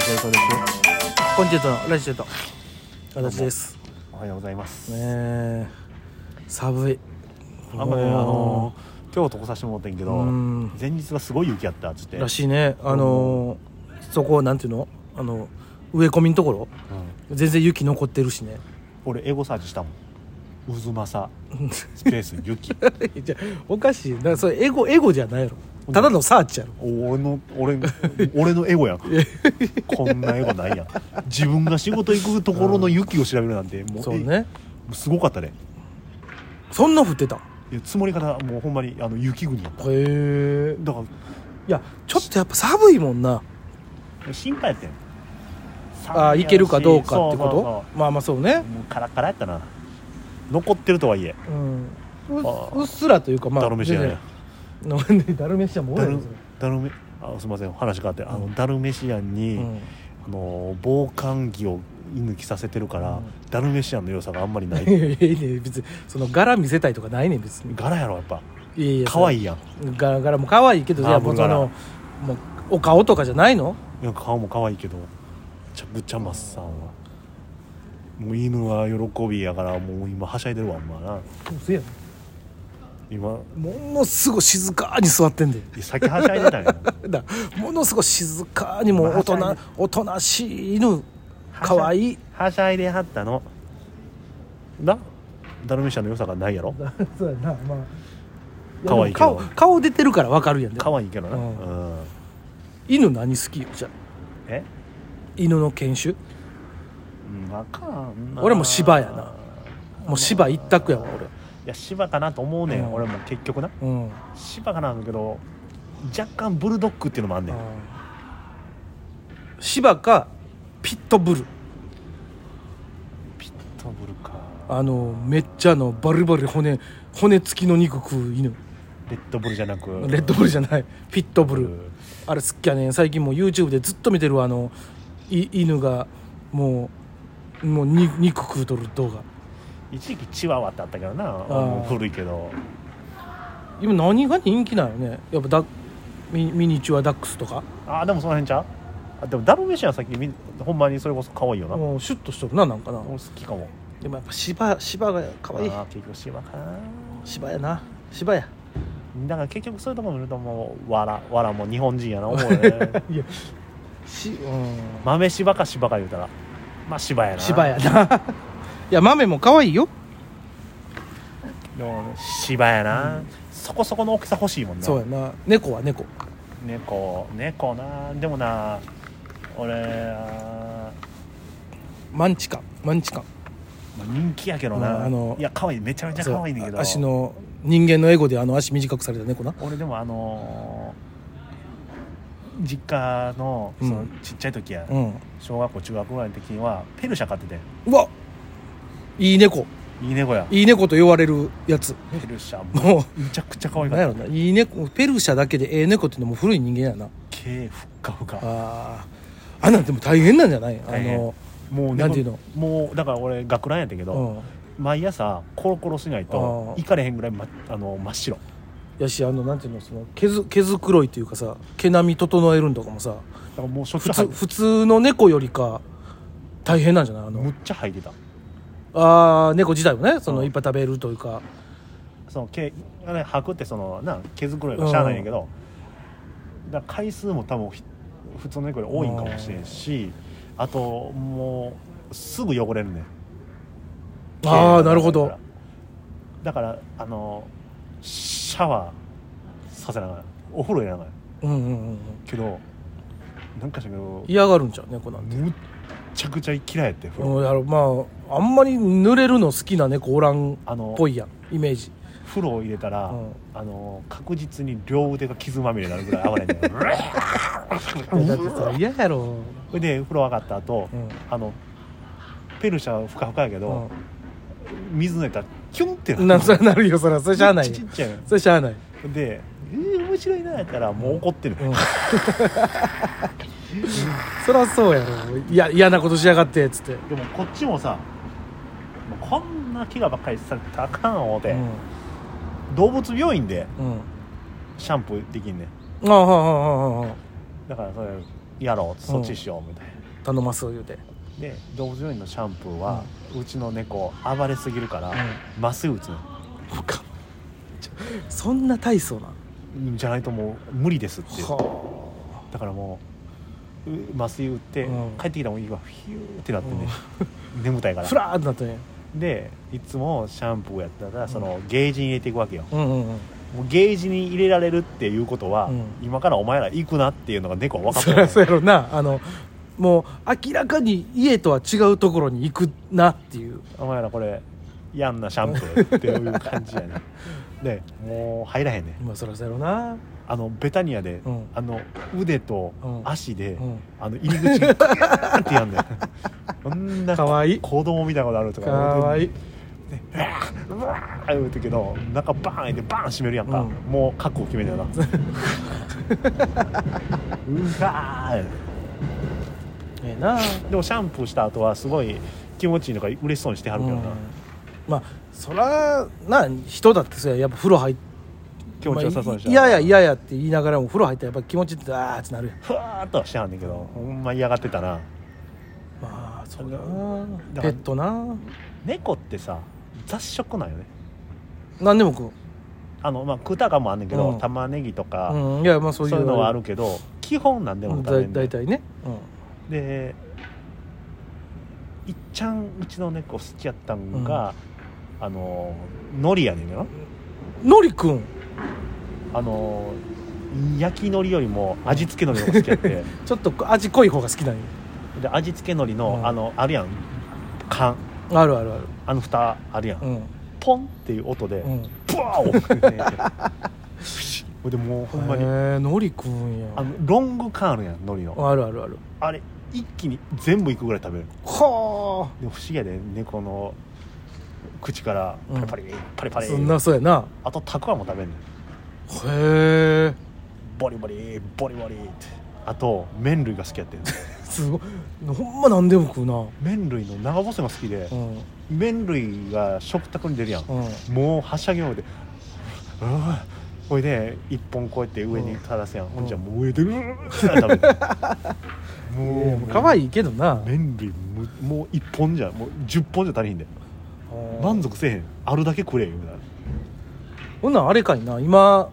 ジェルトです。コンチェルトのラジチェルト私です。 おはようございますね。寒い。 あんまね京都来させてもらってんけど、前日はすごい雪やったっつってらしいね。そこなんていうの植え込みのところ、全然雪残ってるしね。 俺エゴサーチしたもん。渦政スペース雪じゃおかしいな。それエゴじゃないやろ。ただのサーチやろ。 俺のエゴやんこんなエゴないやん。自分が仕事行くところの雪を調べるなんてもう、 そうね、 すごかったね。 そんな降ってた。 いや積もり方もうほんまに雪国やった。 へえ。 だからいやちょっとやっぱ寒いもんな。 心配やってん。 行けるかどうかってこと。 そうまあそうね。 もうカラカラやったな。残ってるとはいえ、 うっすらというか、まあダルメシアンや。 なんでダルメシアンもおるんですよ。 すみません話変わって、ダルメシアンに、防寒着を抜きさせてるから、ダルメシアンの良さがあんまりない。 別にその柄見せたいとかないねん別に。 柄やろやっぱ。 いや可愛いやん。 柄も可愛いけど、いやもうもうお顔とかじゃないの。 いや顔も可愛いけど、ぶっちゃマッサンはもう犬は喜びやから、もう今はしゃいでるわほんまな。 そうやん。 今ものすごい静かに座ってんで。 先はしゃいでたんやだものすごい静かに、もうおとなしい犬、可愛いはしゃいではったのな。ダルメシアンの良さがないやろそうやな。まあ可愛いけど顔出てるから分かるやん。 可愛いけどな、 犬何好きよじゃあ。犬の犬種。 分かんな。 俺も柴やな。もう柴一択やわ俺。 いや柴かなと思うねん、俺も結局な、柴かなんだけど、若干ブルドッグっていうのもあんねん。 柴かピットブル。 ピットブルか。 めっちゃバリバリ骨付きの肉食う犬。 レッドブルじゃなく。 レッドブルじゃない、ピットブル。あれ好きやねん。最近もう YouTube でずっと見てる犬がもう肉食うとる動画。 一時期チワワってあったけどな、もう古いけど。 今何が人気なのね。やっぱミニチュアダックスとか。 でもその辺ちゃう。でもダルメシアンさっきほんまにそれこそ可愛いよな。 もうシュッとしとるな、なんかな。 俺好きかも。 でもやっぱ柴が可愛い。 結局柴かな。 柴やな。柴や。 だから結局そういうとこ見るともうわらも日本人やな思うよね。 いや豆柴か柴か言うたらまあ柴やな。 柴やな。いや豆も可愛いよ。 でも柴やな、そこそこの大きさ欲しいもんな。 そうやな。猫は猫な。でもな俺マンチカン、 人気やけどな。いや可愛い、めちゃめちゃ可愛いんだけど、 足の人間のエゴで足短くされた猫な。 俺でも実家のそのちっちゃい時や、小学校中学ぐらいの時にはペルシャ飼ってて。 うわいい猫や。いい猫と言われるやつ。 ペルシャもうめちゃくちゃ可愛かった。 なんやろな、いい猫。ペルシャだけで猫っていうのも古い人間やな。 毛ふっかふか。 なんでも大変なんじゃない。 もうなんていうの、 もうだから俺学ランやったけど、毎朝コロコロしないといかれへんぐらい、真っ白やし、なんていうの、その毛づ黒いっていうかさ、毛並み整えるんとかもさ、 だからもう普通の猫よりか大変なんじゃない。 むっちゃ生えてた。 猫自体もね、いっぱい食べるというか、 その毛吐くって毛づくろいがしゃあないんやけど、だから回数も多分普通の猫より多いんかもしれんし、あともうすぐ汚れるねん。 なるほど。 だからシャワーさせながらお風呂入れながら、けどなんかしらけど嫌がるんちゃう猫なんて。 むっちゃくちゃ嫌いやって。 あんまり濡れるの好きな猫おらんっぽいやん、イメージ。 風呂を入れたら、確実に両腕が傷まみれになるぐらい暴れんねん。だってさ嫌やろ。 それで風呂上がった後、ペルシャふかふかやけど、水のやったらキュンってなるよ。それしゃあない。 ちっちゃいそれしゃあない。 で面白いなやったらもう怒ってる。 そりゃそうやろ。嫌なことしやがってっつって。 でもこっちもさ、もうこんな怪我ばっかりされたらあかん思て、動物病院でシャンプーできんねん。だからそれやろう、そっちしようみたいな。 頼ます言うて。 で動物病院のシャンプーは、うちの猫暴れすぎるから麻酔打つの、 そんな大層なじゃないともう無理ですってはだからもう麻酔打って、帰ってきたらもういいわフィューってなってね、眠たいからフラーってなったね。 でいつもシャンプーやったらそのゲージに入れていくわけよ、 うんうんうん、 もうゲージに入れられるっていうことは、今からお前ら行くなっていうのが猫は分かってる、 そうやろな。もう明らかに家とは違うところに行くなっていう。 お前らこれやんなシャンプーっていう感じやねでもう入らへんねまあそりゃそうやろな。 ベタニアで、腕とうん足で、 うん入り口がグーってやんねんこんなかわいい子供みたいなことあるとかかわいい。 うわー言うてけど中バーンってバーン閉めるやんか、もう覚悟決めんだよなうわーええな。 でもシャンプーした後はすごい気持ちいいのか嬉しそうにしてはるけどな、 まあそらな、人だってそやっぱ風呂入って気持ちよさそうにして嫌や嫌やって言いながらも風呂入ったらやっぱ気持ちってあーってなる。 ふわーっとはしてはんねんけどほんま嫌がってたな。 まあそうだだな。ペットな。 猫ってさ雑食なんよね。 何でも食う。 食うたかもあんねんけど、 うん、 玉ねぎとか、 いやまあそういうのはあるけど基本なんでも食べんねん。 だいたいね、 でいっちゃんうちの猫好きやったんが、海苔やねんよ。 海苔くん焼き海苔よりも味付け海苔が好きやってちょっと味濃い方が好きなんよ。 で味付け海苔の、あるやん缶あるあるある。 蓋あるやん、ポンっていう音で、ブワーでもうほんまに海苔くんや。 ロング缶あるやん海苔のあるあるある。 あれ一気に全部いくぐらい食べる。 はあ。 でも不思議やで猫の口からパリパリ、パリパリそんなそうやな。 あとたくあんも食べんねん。 へえ。 ボリボリボリボリってあと麺類が好きやってんすごいほんま何でも食うな。 麺類の長細が好きで、麺類が食卓に出るやん、もうはしゃぎまでほいで一本こうやって上に垂らすやん、ほんじゃもう上で食べてもう可愛いけどな。 麺類もう1本じゃもう10本じゃ足りひんで満足せえへんあるだけ食れよみたいな。 ほんなんあれかいな今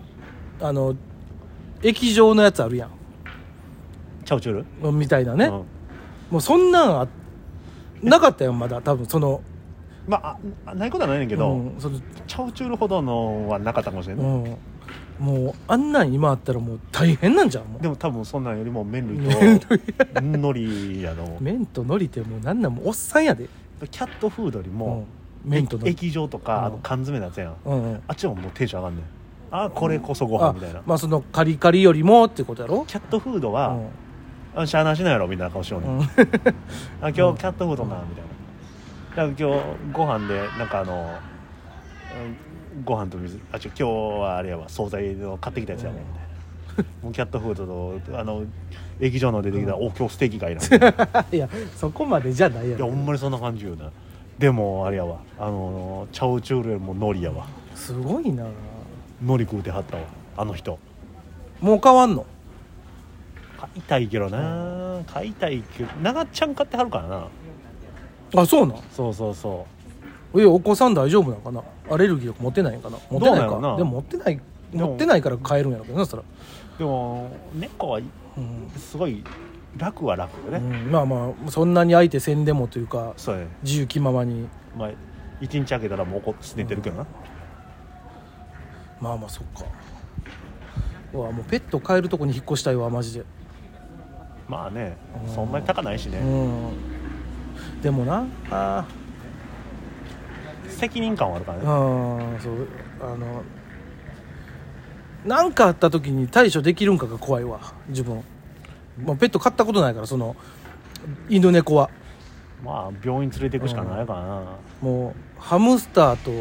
液状のやつあるやんチャウチュールみたいなね、もうそんなんなかったよまだ多分そのまあないことはないねんけど、 そのチャウチュールほどのはなかったかもしれない、 もうあんなん今あったらもう大変なんじゃん。もうでも多分そんなんよりも麺類と海苔やの麺と海苔ってもうなんなんもうおっさんやで。 キャットフードよりも、 麺と海苔液状とか、缶詰のやつやん、あっちはもうテンション上がんねん。これこそご飯みたいな、 まあそのカリカリよりもってことやろ。 キャットフードは、しゃあなしなんやろみたいな顔しようね、今日キャットフードなみたいな、だから今日ご飯でなんかご飯と水今日はあれやわ惣菜の買ってきたやつやね、みたいなもうキャットフードと液状の出てきたら、今日ステーキがいいないやそこまでじゃないやろ。 いやほんまにそんな感じよな。でもあれやわチャウチュールよりも海苔やわ。 すごいな。 海苔食うてはったわあの人。 もう変わんの。 買いたいけどな、買いたいけど長ちゃん買ってはるからな。 あそうなん。 そうそうそお子さん大丈夫なのかな。アレルギーとか持ってないんかな。持ってないかどうなのな。 でも持ってないから買えるんやろうけどなそら。 でも猫はすごい楽は楽よね、 まあまあそんなに相手せんでもというかそうやね。 自由気ままに、 まあ一日空けたらもうすねてるけどな、 まあまあそっか。うわもうペット飼えるとこに引っ越したいわマジで。 まあね、そんなに高ないしね、 でもな責任感はあるからね。 そうなんかあった時に対処できるんかが怖いわ自分。もうペット飼ったことないからその犬猫はまあ病院連れていくしかないからな、 もうハムスターと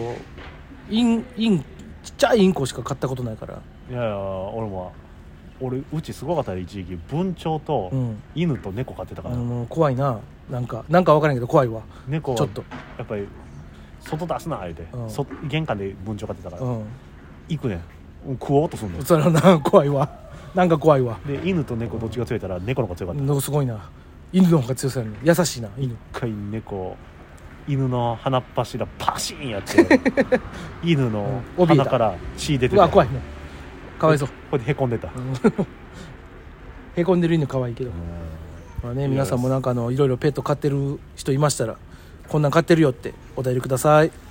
ちっちゃいインコしか飼ったことないから。 いやいや俺うちすごかったで一時期文鳥と犬と猫飼ってたから、 怖いな。なんか分からんけど怖いわ。 猫はちょっとやっぱり外出すなあれで、玄関で文鳥飼ってたから、行くねん食おうとすんの。 それはな怖いわ。なんか怖いわ。 で犬と猫どっちが強いたら猫の方が強かった、 すごいな。 犬の方が強そうやね優しいな犬。 一回犬の鼻っ柱パシーンやって犬の鼻から血出てうわ怖いもうかわいそう。 これでへこんでた、 へこんでる犬可愛いけど、まあね、皆さんもなんかいろいろペット飼ってる人いましたらこんなん飼ってるよってお便りください。